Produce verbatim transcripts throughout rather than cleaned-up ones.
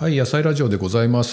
はい、野菜ラジオでございます、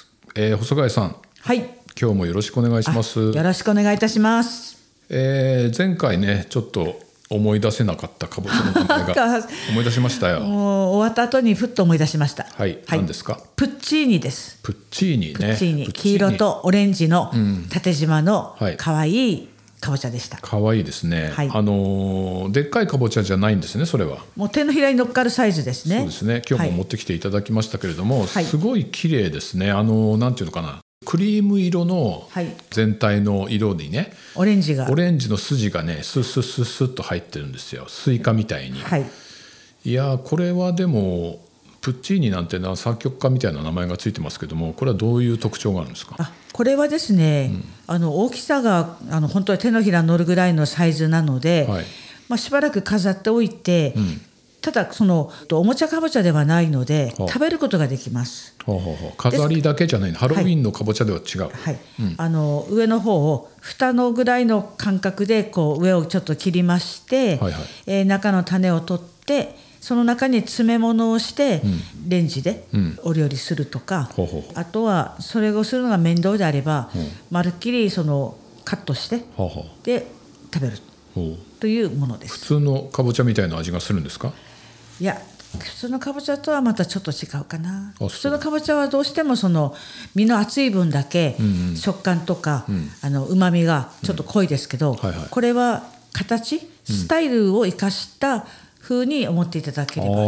えー、細貝さん、 はい、 今日もよろしくお願いします。 よろしくお願いいたします。 えー、前回ねちょっと思い出せなかったかぼちゃの名前が思い出しましたよ。 もう終わった後にふっと思い出しました。 はい、はい、何ですか？ プッチーニです。 プッチーニね。 プッチーニ、黄色とオレンジの縦縞の可愛いかぼちゃでした。 可愛いですね、はい、あのー、でっかいかぼちゃじゃないんですね。それはもう手のひらに乗っかるサイズですね。 そうですね。今日も持ってきていただきましたけれども、はい、すごい綺麗ですね。あのー、なんていうのかな、クリーム色の全体の色にね、はい、 オレンジがオレンジの筋がねスッスッスッスッと入ってるんですよ。スイカみたいに、はい、いやこれはでもプッチーニなんてな作曲家みたいな名前がついてますけども、これはどういう特徴があるんですか？ あ、これはですね、うん、あの大きさがあの本当は手のひらに乗るぐらいのサイズなので、はい、まあ、しばらく飾っておいて、うん、ただそのおもちゃかぼちゃではないので、はあ、食べることができます。 はあはあ、飾りだけじゃないの？ハロウィンのかぼちゃでは違う、はいはい、うん、あの上の方を蓋のぐらいの間隔でこう上をちょっと切りまして、はいはい、えー、中の種を取ってその中に詰め物をしてレンジでお料理するとか、うんうん、あとはそれをするのが面倒であれば、うん、まるっきりそのカットしてで食べるというものです。 普通のかぼちゃみたいな味がするんですか？ いや、普通のかぼちゃとはまたちょっと違うかな。普通のかぼちゃはどうしてもその身の厚い分だけ食感とか、うんうん、あの旨味がちょっと濃いですけど、うん、はいはい、これは形スタイルを生かした風に思っていただければっていう。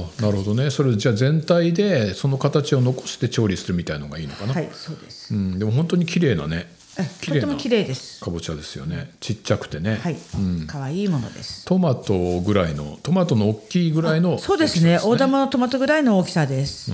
あ、なるほどね。それじゃあ全体でその形を残して調理するみたいなのがいいのかな。 はい、そうです、 うん、でも本当に綺麗なね、 とても綺麗です。 かぼちゃですよね。ちっちゃくてね、 はい、うん、かわいいものです。 トマトぐらいの、トマトの大きいぐらいの大きさですね。 そうですね、大玉のトマトぐらいの大きさです。 うん、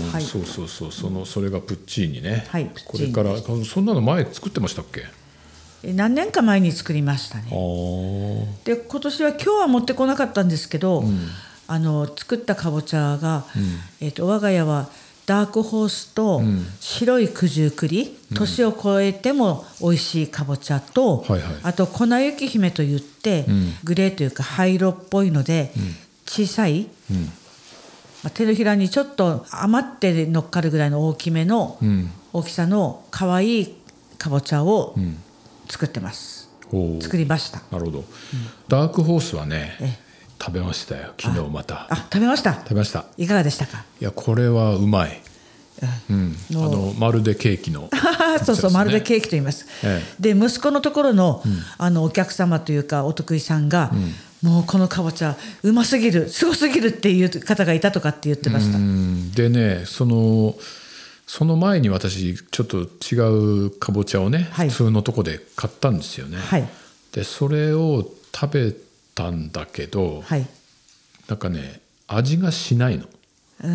はい、そうそうそう、そのそれがプッチーニね、 はい、 これからそんなの前作ってましたっけ？ 何年か前に作りましたね。で今年は今日は持ってこなかったんですけど、うん、あの作ったかぼちゃが、うん、えーと、我が家はダークホースと白い九十栗、うん、年を越えても美味しいかぼちゃと、はいはい、あと粉雪姫といって、うん、グレーというか灰色っぽいので、うん、小さい、うん、まあ、手のひらにちょっと余って乗っかるぐらいの大きめの大きさのかわいいかぼちゃを、うん、作ってます。作りました。 なるほど、うん、ダークホースはね食べましたよ昨日また。 あ、食べました。 食べました。 いかがでしたか？ いやこれはうまい、うん、あのまるでケーキの、ね、 そうそう、まるでケーキと言います、ええ、で息子のところ の,、うん、あのお客様というかお得意さんが、うん、もうこのかぼちゃうますぎるすごすぎるっていう方がいたとかって言ってました。うん、 でね、そのその前に私ちょっと違うかぼちゃをね、はい、普通のとこで買ったんですよね、はい、でそれを食べたんだけど、はい、なんかね味がしないの。 うん、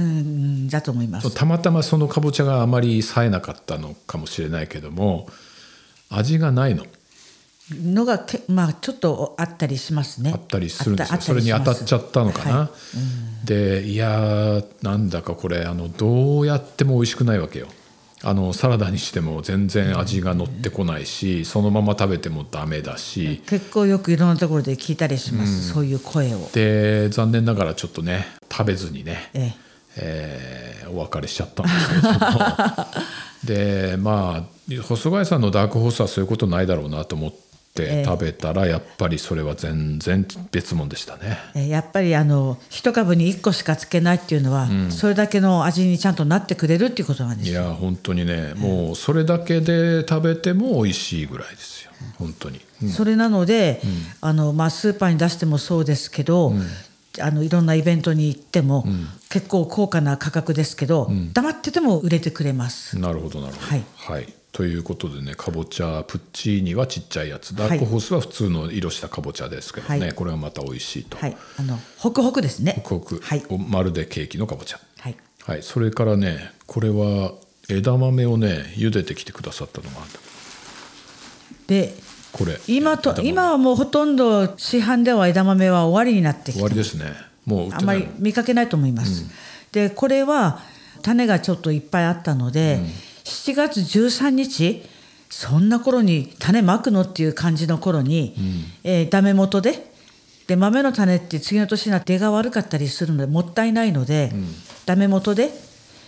だと思います。 たまたまそのかぼちゃがあまり冴えなかったのかもしれないけども味がないののがけ、まあ、ちょっとあったりしますね。 あったりするんですよ。それに当たっちゃったのかな、はい、うん、でいやなんだかこれあのどうやっても美味しくないわけよ。あのサラダにしても全然味が乗ってこないし、うん、そのまま食べてもダメだし、 結構よくいろんなところで聞いたりします、うん、そういう声を。 で残念ながらちょっとね食べずにね、えええー、お別れしちゃったんですけどもでまあ細貝さんのダークホースはそういうことないだろうなと思って食べたら、やっぱりそれは全然別物でしたね。 えー、やっぱりあの一株にいっこしかつけないっていうのは、うん、それだけの味にちゃんとなってくれるっていうことなんですよ。 いや本当にね、もうそれだけで食べても美味しいぐらいですよ本当に、 うん、それなので、うん、あのまあ、スーパーに出してもそうですけど、うん、あのいろんなイベントに行っても、うん、結構高価な価格ですけど、うん、黙ってても売れてくれます。 なるほどなるほど、はい、はい、ということでね、かぼちゃプッチーニはちっちゃいやつ、ダークホースは普通の色したかぼちゃですけどね、はい、これはまた美味しいと、 はい、あのホクホクですね。 ホクホク、はい、まるでケーキのかぼちゃ、 はいはい、それからねこれは枝豆をね茹でてきてくださったのがあるんだでこれ今, と今はもうほとんど市販では枝豆は終わりになってきて、 終わりですね、もう売ってない、 あまり見かけないと思います、うん、でこれは種がちょっといっぱいあったので、うん、しちがつじゅうさんにちそんな頃に種まくのっていう感じの頃に、うん、えー、ダメ元でで豆の種って次の年になって出が悪かったりするのでもったいないので、うん、ダメ元で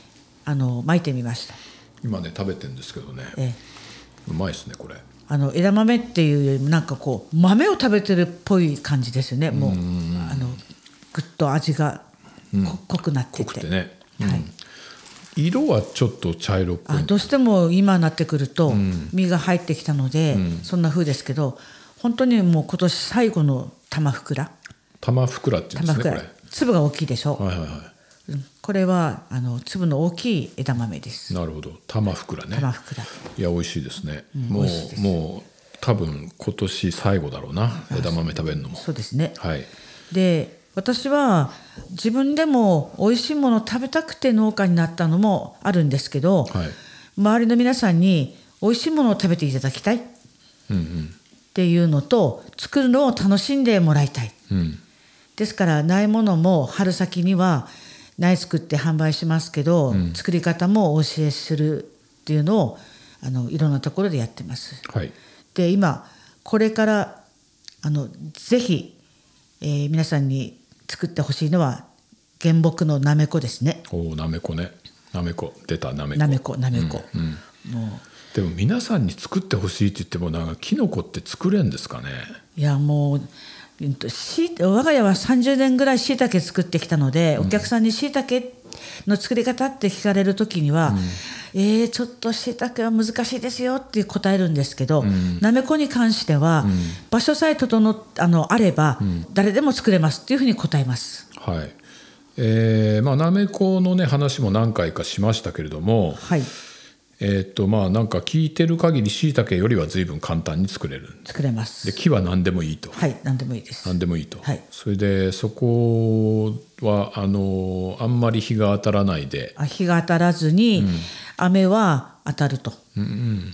あの巻いてみました。 今ね食べてるんですけどね、 ええ、 うまいですねこれ。 あの枝豆っていうよりもなんかこう豆を食べてるっぽい感じですよね。もう、うあのぐっと味が濃くなってて、 濃くてね、うん、 はい、 色はちょっと茶色っぽい。 あどうしても今になってくると実が入ってきたので、うん、そんな風ですけど、本当にもう今年最後の玉ふくら玉ふくらっていうんですね。これ粒が大きいでしょ、 はいはいはい、 これはあの粒の大きい枝豆です。 なるほど、玉ふくらね。 玉ふくら、 いや美味しいですね、うん、もう美味しいです。 もう多分今年最後だろうな、枝豆食べるのも。 そうですね、 はい、 で私は自分でも美味しいものを食べたくて農家になったのもあるんですけど、はい、周りの皆さんに美味しいものを食べていただきたいっていうのと、作るのを楽しんでもらいたい、うん、ですからないものも春先には苗作って販売しますけど、うん、作り方もお教えするっていうのをあのいろんなところでやってます、はい、で今これからあのぜひ、えー、皆さんに作ってほしいのは原木のなめこですね。 おなめこね、なめこ出た、なめこなめこなめこ、うんうん、もうでも皆さんに作ってほしいって言ってもなんかキノコって作れんですかね。 いやもう我が家はさんじゅうねんぐらいしいたけ作ってきたので、うん、お客さんにしいたけの作り方って聞かれる時には、うん、えー、ちょっとしいたけは難しいですよって答えるんですけど、うん、なめこに関しては、うん、場所さえ整っあのあれば、うん、誰でも作れますっていうふうに答えます。 はい、えーまあ、なめこのね話も何回かしましたけれども、はい、えーっとまあなんか聞いてる限りしいたけよりは随分簡単に作れる。 作れます。 で木は何でもいいと。 はい、何でもいいです。 何でもいいと、 はい、 それでそこはあのあんまり日が当たらないで、 あ日が当たらずに、うん、雨は当たると、うんうん、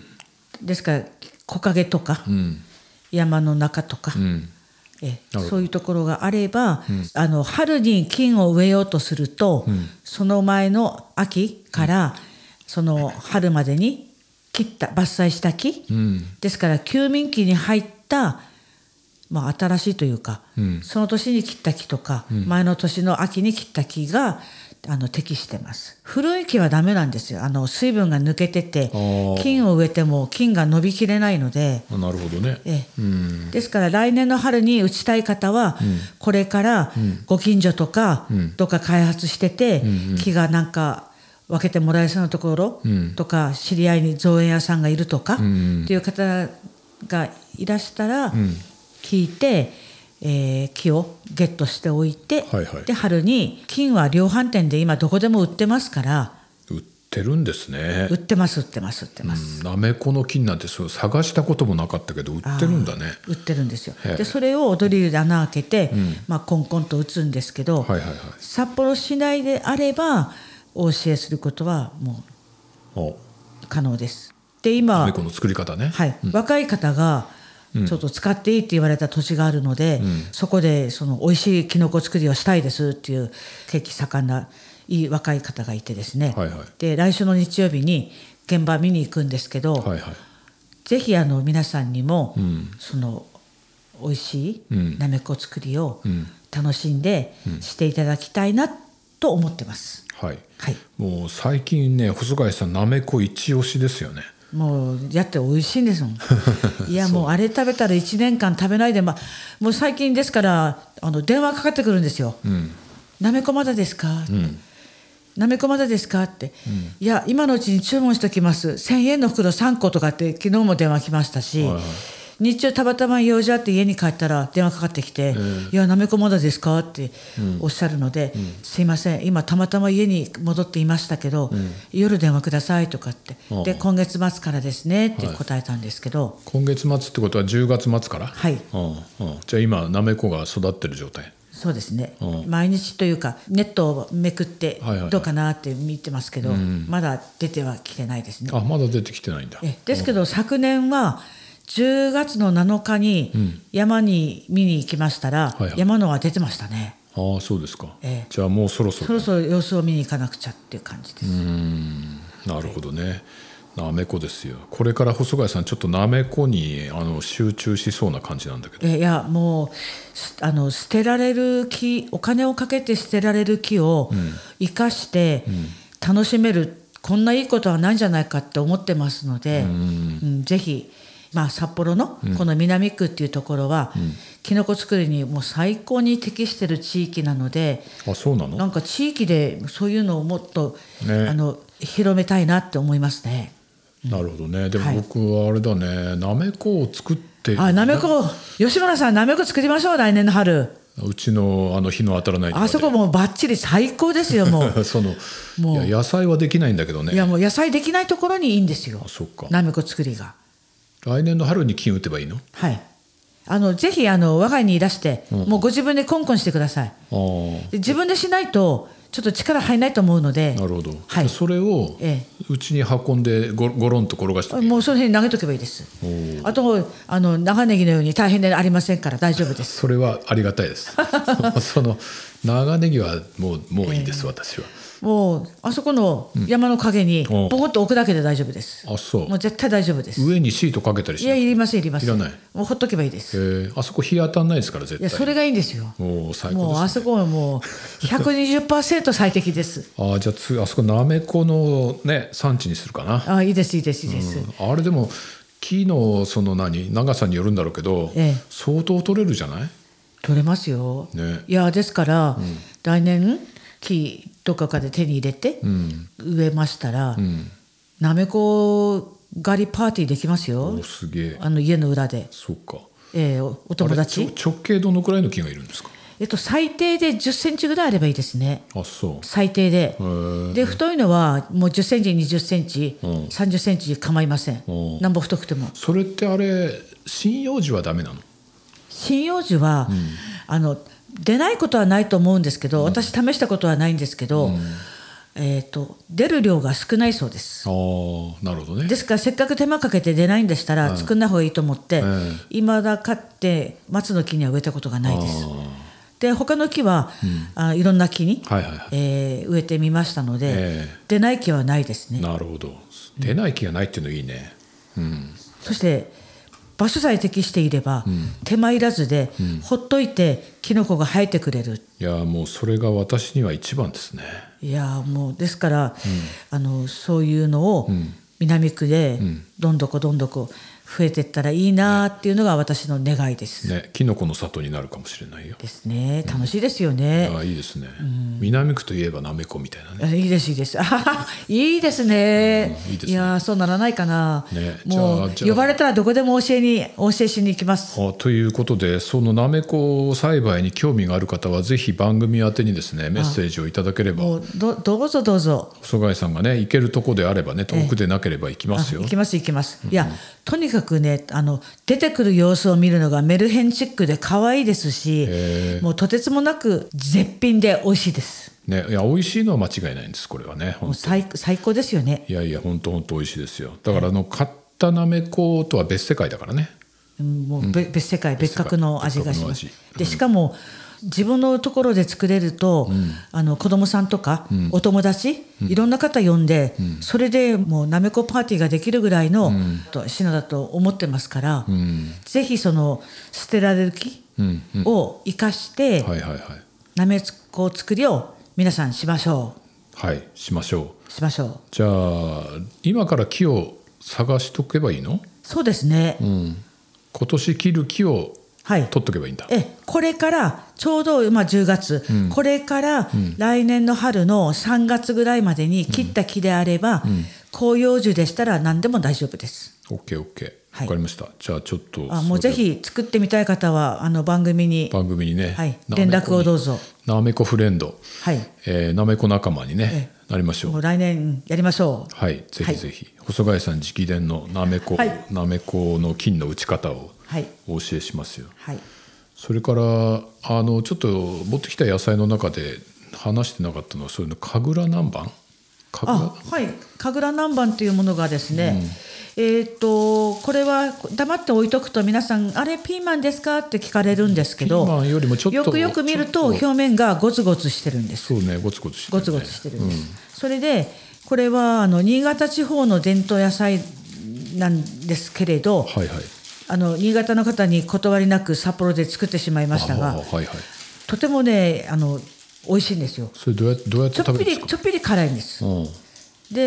ですから木陰とか、うん、山の中とか、うん、えそういうところがあれば、うん、あの春に菌を植えようとすると、うん、その前の秋から、うん、その春までに切った伐採した木、うん、ですから休眠期に入った、まあ、新しいというか、うん、その年に切った木とか、うん、前の年の秋に切った木があの適してます。古い木はダメなんですよ。あの水分が抜けてて菌を植えても菌が伸びきれないので。 あなるほどね。 ええ、うん、ですから来年の春に打ちたい方は、うん、これからご近所とか、うん、どっか開発してて、うん、木がなんか分けてもらえそうなところとか、うん、知り合いに造園屋さんがいるとか、うん、っていう方がいらしたら、うん、聞いて、えー、木をゲットしておいて、はいはい、で春に菌は量販店で今どこでも売ってますから。 売ってるんですね。 売ってます売ってます売ってます。 なめこの菌なんてそう探したこともなかったけど売ってるんだね。 売ってるんですよ。でそれをドリルで穴開けて、うんまあ、コンコンと打つんですけど、はいはいはい、札幌市内であればお教えすることはもう可能です。で今なめこの作り方ね、 はいうん、若い方がちょっと使っていいって言われた土地があるので、うん、そこでその美味しいきのこ作りをしたいですっていう景気盛んないい若い方がいてですね、はいはい、で来週の日曜日に現場見に行くんですけど、はいはい、ぜひあの皆さんにも、うん、その美味しいなめこ作りを楽しんでしていただきたいなと思ってます、うんはいはい、 もう最近ね細貝さんなめこ一押しですよね。 もうやって美味しいんですもんいやもうあれ食べたらいちねんかん食べないで、まあ、もう最近ですからあの電話かかってくるんですよ、うん、なめこまだですか、うん、なめこまだですかって、うん、いや今のうちに注文しておきます、せんえんの袋さんことかって昨日も電話来ましたし、はいはい、日中たまたま用事あって家に帰ったら電話かかってきて、えー、いやなめこまだですかっておっしゃるので、うん、すいません今たまたま家に戻っていましたけど、うん、夜電話くださいとかってで今月末からですねって答えたんですけど、はい、 今月末ってことはじゅうがつ末から、 はい、 うんうん、じゃあ今なめこが育ってる状態。 そうですね、うん、毎日というかネットをめくってどうかなって見てますけど、はいはいはい、まだ出てはきてないですね。 あまだ出てきてないんだ。 えですけど、うん、昨年はじゅうがつのなのかに山に見に行きましたら、うんはいはい、山のは出てましたね。 ああそうですか、ええ、じゃあもうそろそろそろそろ様子を見に行かなくちゃっていう感じです。うーんなるほどね、はい、なめこですよ。これから細貝さんちょっとなめこにあの集中しそうな感じなんだけど、 えいやもうあの捨てられる木お金をかけて捨てられる木を生かして楽しめるこんないいことはないんじゃないかって思ってますので、 うんうん、ぜひ、まあ、札幌のこの南区っていうところは、うん、きのこ作りにもう最高に適している地域なので、 あ、そうなの？ なんか地域でそういうのをもっと、 ね、 あの広めたいなって思いますね。 なるほどね。でも僕はあれだね、なめこを作って、 あ、なめこ、吉村さんなめこ作りましょう、来年の春。 うちのあの日の当たらないところで、 あそこもうバッチリ最高ですよ。もうそのもういや野菜はできないんだけどね。 いやもう野菜できないところにいいんですよ。 あ、そっか。 なめこ作りが来年の春に金打てばいいの？ はい、あのぜひあの我が家にいらして、うん、もうご自分でコンコンしてください。 あで自分でしないとちょっと力入らないと思うので。 なるほど、 はい、 それをうちに運んでごごろんと転がしてもいい？ もうその辺に投げとけばいいです。あとあの長ネギのように大変でありませんから大丈夫です。 それはありがたいですその長ネギはもう、もういいです、えー、私はもうあそこの山の陰にポコッと置くだけで大丈夫です。 あ、そう。 もう絶対大丈夫です。 上にシートかけたりしない？ いや、いりませんいりません。 いらない。 もうほっとけばいいです。 えー、あそこ日当たんないですから絶対。 いや、それがいいんですよ。 もう最高ですね。 もうあそこはもうひゃくにじゅっパーセント 最適です。 あ、じゃあつあそこなめこのね産地にするかな。 あ、いいですいいですいいです、 うん、あれでも木のその何長さによるんだろうけど、ええ、相当取れるじゃない？ 取れますよ、ね、いやですから、うん、来年木どこかで手に入れて、うん、植えましたら、うん、なめこ狩りパーティーできますよ。 お、すげえ。 あの家の裏で。 そうか、 えー、お, お友達。 直径どのくらいの木がいるんですか？ えっと、最低でじゅっセンチぐらいあればいいですね。 あ、そう。 最低で。で太いのはもうじゅっセンチにじゅっセンチ、うん、さんじゅっセンチ構いません。なんぼ太くても。 それってあれ針葉樹はダメなの？ 針葉樹は、うん、あの出ないことはないと思うんですけど、うん、私試したことはないんですけど、うん、えーと、出る量が少ないそうです。 あ、なるほどね。 ですからせっかく手間かけて出ないんでしたら、うん、作んない方がいいと思って、うん、今だかって松の木には植えたことがないです。で他の木は、うん、あいろんな木に、はいはいはい、えー、植えてみましたので、えー、出ない木はないですね。 なるほど。出ない木がないっていうのいいね、うん、 そして場所さえ適していれば、うん、手間いらずで、うん、ほっといてキノコが生えてくれる。 いやもうそれが私には一番ですね。 いやもうですから、うん、あのそういうのを南区でどんどこどんどこ増えていったらいいなっていうのが私の願いです、 ね、キノコの里になるかもしれないよ。 ですね。楽しいですよね、 うん、あいいですね、うん、南区といえばなめこみたいなね。 いいですいいですいいですね、うん、いいですね。いやそうならないかな、ね、もう呼ばれたらどこでも教えにお教えしに行きます。 あということでそのなめこ栽培に興味がある方はぜひ番組宛てにですねメッセージをいただければ。 もう ど, どうぞどうぞ。 細貝さんがね行けるとこであればね遠くでなければ行きますよ。 行きます行きます、うん、いやとにかくねあの出てくる様子を見るのがメルヘンチックで可愛いですし、もうとてつもなく絶品で美味しいです、 ね、いや美味しいのは間違いないんですこれはね。 もう 最, 最高ですよね。 いやいや本当本当美味しいですよ。だからあの買ったなめことは別世界だからね、 うん、もう別世界、別格の味がします。でしかも自分のところで作れると、うん、あの子供さんとか、うん、お友達、うん、いろんな方呼んで、うん、それでもうなめこパーティーができるぐらいの、うん、品だと思ってますから、うん、ぜひその捨てられる木を生かして、うんうん、なめこ作りを皆さんしましょう。はいしましょうしましょう。 じゃあ今から木を探しとけばいいの？ そうですね、うん、 今年切る木をはい、取っとけばいいんだ。 えこれからちょうど、まあ、じゅうがつ、うん、これから来年の春のさんがつぐらいまでに切った木であれば、うん、広葉樹でしたら何でも大丈夫です。 オーケーオーケー わかりました。じゃあちょっとあもうぜひ作ってみたい方はあの番組に番組にね、 はい、連絡をどうぞ。 なめこフレンド、はいえー、なめこ仲間に、ね、なりましょう。 もう来年やりましょう。 はいぜひぜひ、はい、細貝さん直伝のなめこ、はい、なめこの菌の打ち方をお教えしますよ。はいそれからあのちょっと持ってきた野菜の中で話してなかったのはそういうの神楽南蛮。 あはい神楽南蛮というものがですね、うん、えー、とこれは黙って置いとくと皆さんあれピーマンですかって聞かれるんですけど、 ピーマンよりもちょっとよくよく見ると表面がゴツゴツしてるんです。 そうねゴツゴツしてる、ね、 ゴツゴツしてるんです、うん、それでこれはあの新潟地方の伝統野菜なんですけれど、はいはいあの新潟の方に断りなく札幌で作ってしまいましたが、はいはい、とてもねあの美味しいんですよ。 それどうやってどうやって食べるんですか？ ちょっぴりちょっぴり辛いんです、うん、で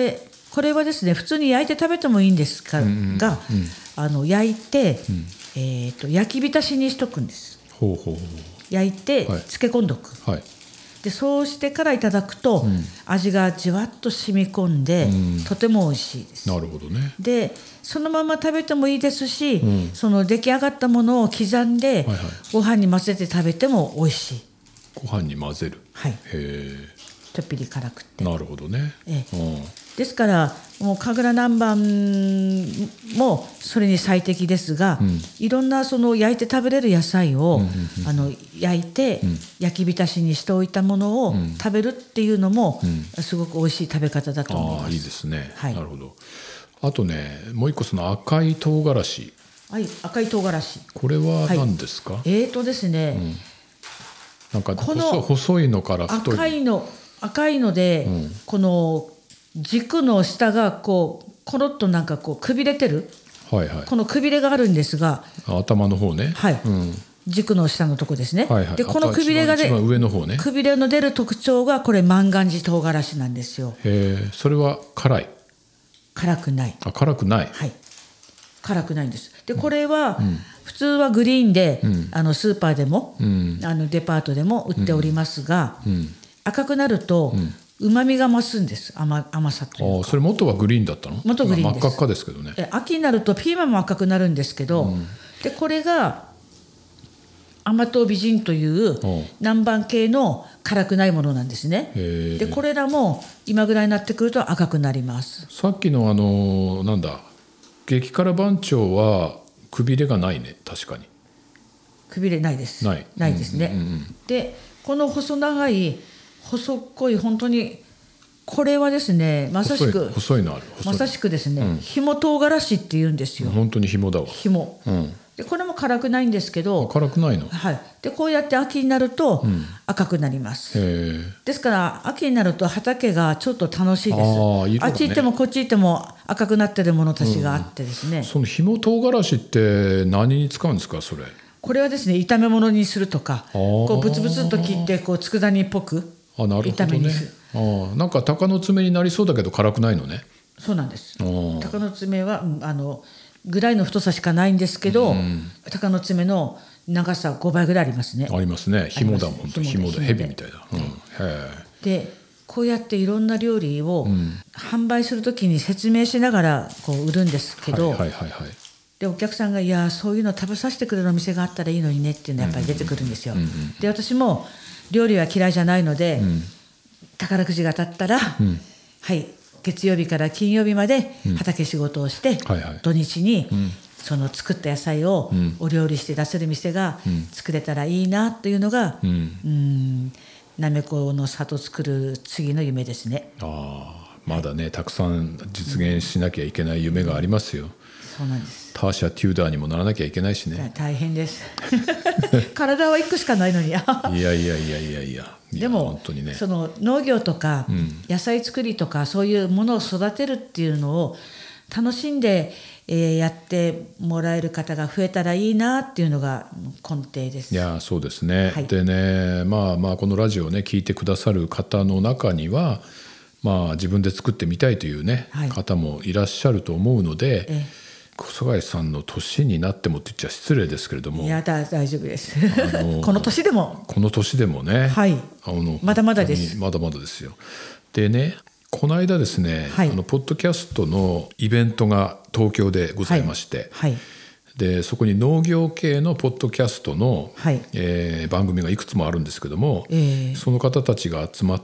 これはですね普通に焼いて食べてもいいんですが、うんうんうん、あの焼いて、うん、えー、と焼き浸しにしとくんです。 ほうほうほう。 焼いて漬け込んどく、 はい、 でそうしてからいただくと、うん、味がじわっと染み込んで、うん、とても美味しいです。 なるほどね。 でそのまま食べてもいいですし、うん、その出来上がったものを刻んで、はいはい、ご飯に混ぜて食べても美味しい。 ご飯に混ぜる。 はい。へえ。 ちょっぴり辛くて。 なるほどね。 ええ、うん、ですからもう神楽南蛮もそれに最適ですが、うん、いろんなその焼いて食べれる野菜を、うんうんうん、あの焼いて焼き浸しにしておいたものを食べるっていうのも、うん、すごく美味しい食べ方だと思います。 あ、いいですね、はい、なるほど。あとねもう一個その赤い唐辛子、 はい、赤い唐辛子これは何ですか？はい、 えーとですね、うん、 なんかこの細いのから太い赤いの赤いので、うん、この軸の下がこうコロッとなんかこうくびれてる、はいはい、このくびれがあるんですが、 頭の方ね、 はい、うん、軸の下のとこですね、はいはい、でこのくびれがで上の方ね、 くびれの出る特徴がこれ万願寺唐辛子なんですよ。 へえ、それは辛い？ 辛くない。 あ、辛くない。 はい、辛くないんです。でこれは、うん、普通はグリーンで、うん、あのスーパーでも、うん、あのデパートでも売っておりますが、うんうん、赤くなると、うまみが増すんです。 甘, 甘さというか。 あ、それ元はグリーンだったの？ 元グリーンです。 真っ赤っかですけどね。 え秋になるとピーマンも赤くなるんですけど、うん、でこれが甘党美人という南蛮系の辛くないものなんですね。でこれらも今ぐらいになってくると赤くなります。 さっきのあのなんだ激辛番長はくびれがないね。確かにくびれないです。 ないないですね、うんうんうん、でこの細長い細っこい本当にこれはですねまさしく細いのあるまさしくですね、うん、ひも唐辛子っていうんですよ。 本当にひもだわ。 ひも、うん、でこれも辛くないんですけど。 辛くないの？ はい、でこうやって秋になると赤くなります、うん、へですから秋になると畑がちょっと楽しいです。 あ, ね、あっち行ってもこっち行っても赤くなってるものたちがあってですね、うん、 そのひも唐辛子って何に使うんですか？それこれはですね炒め物にするとかこうブツブツっと切ってこう佃煮っぽくあ、なるほどね、炒めにする。あ、なんか鷹の爪になりそうだけど辛くないのね。 そうなんです。鷹の爪はあのぐらいの太さしかないんですけど、うん、鷹の爪の長さごばいぐらいありますね。 ありますね。紐だもん。紐で蛇みたいだ、うん、へでこうやっていろんな料理を販売するときに説明しながらこう売るんですけど、はいはいはいはい、でお客さんがいやそういうの食べさせてくれるお店があったらいいのにねっていうのがやっぱり出てくるんですよ、うんうん、で私も料理は嫌いじゃないので、うん、宝くじが当たったら、うん、はい月曜日から金曜日まで畑仕事をして、うんはいはい、土日にその作った野菜をお料理して出せる店が作れたらいいなというのが、うん、うんなめこの里作る次の夢ですね。 あ、まだねたくさん実現しなきゃいけない夢がありますよ、うん、 そうなんです。 ターシャ・テューダーにもならなきゃいけないしね。 大変です体はいっこしかないのにいやいやいやいやいやいやでも本当に、ね、その農業とか野菜作りとかそういうものを育てるっていうのを楽しんで、えー、やってもらえる方が増えたらいいなっていうのが根底です。 いやそうですね、はい、でねまあまあこのラジオをね聞いてくださる方の中にはまあ自分で作ってみたいというね、はい、方もいらっしゃると思うので、ええ小曽我さんの年になってもって言っちゃ失礼ですけれども、 いやだ大丈夫ですこの年でもこの年でもね、はい、あのまだまだですまだまだですよ。でねこの間ですね、はい、あのポッドキャストのイベントが東京でございまして、はいはい、でそこに農業系のポッドキャストの、はいえー、番組がいくつもあるんですけども、えー、その方たちが集まって、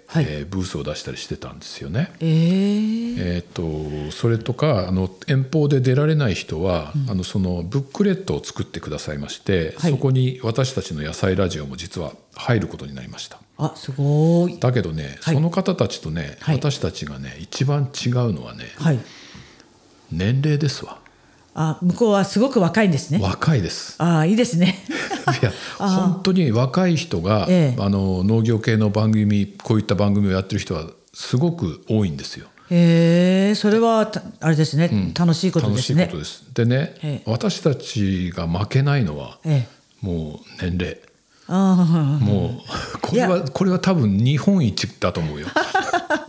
はいえー、ブースを出したりしてたんですよね。えーえー、とそれとかあの遠方で出られない人は、うん、あのそのブックレットを作ってくださいまして、はい、そこに私たちの野菜ラジオも実は入ることになりました。 あすごい。 だけどね、はい、その方たちとね、はい、私たちがね一番違うのはね、はい、年齢ですわ。 あ向こうはすごく若いんですね。 若いです。 あいいですねいや本当に若い人が、ええ、あの農業系の番組こういった番組をやってる人はすごく多いんですよ。 へえそれはあれですね、うん、楽しいことですね。 楽しいことです。でね、ええ、私たちが負けないのは、ええ、もう年齢あもうこれはこれは多分日本一だと思うよい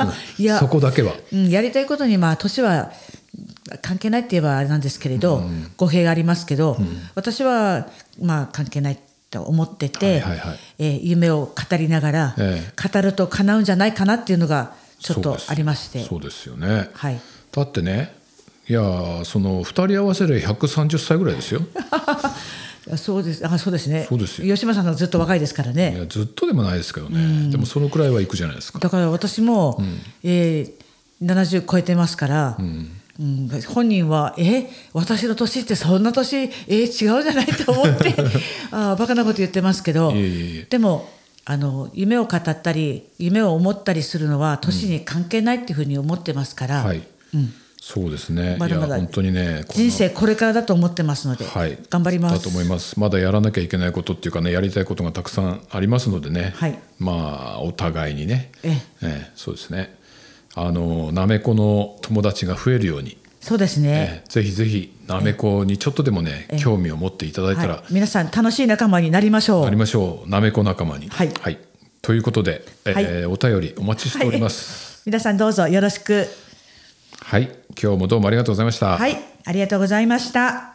いやそこだけは、 うん、やりたいことにまあ年は関係ないって言えばあれなんですけれど、うん、語弊がありますけど、うん、私はまあ関係ないと思ってて、はいはいはい、えー、夢を語りながら、えー、語ると叶うんじゃないかなっていうのがちょっとありまして。 そうですよね、 はい、 だってね、いやそのふたり合わせればひゃくさんじゅっさいぐらいですよそうです、あ、そうですね。 そうですよ。 吉村さんがずっと若いですからね。 いやずっとでもないですけどね、うん、でもそのくらいはいくじゃないですか。 だから私も、うん、えー、ななじゅう超えてますから、うんうん、本人はえ私の年ってそんな年え違うじゃないと思ってあバカなこと言ってますけど、いえいえいえ、でもあの夢を語ったり夢を思ったりするのは年に関係ないっていうふうに思ってますから、うん、はい、うん、 そうですね。まだまだ本当にね、 人生これからだと思ってますので、はい、頑張ります。 だと思います。まだやらなきゃいけないことっていうかね、やりたいことがたくさんありますのでね、はい、まあお互いにね、ええ、そうですね、あのなめこの友達が増えるように、 そうですね、 えぜひぜひなめこにちょっとでもね、興味を持っていただいたら、はい、 皆さん楽しい仲間になりましょう。 なりましょう。なめこ仲間に、はい、はい、ということで、えーはい、お便りお待ちしております、 はい、皆さんどうぞよろしく。 はい、今日もどうもありがとうございました。 はい、ありがとうございました。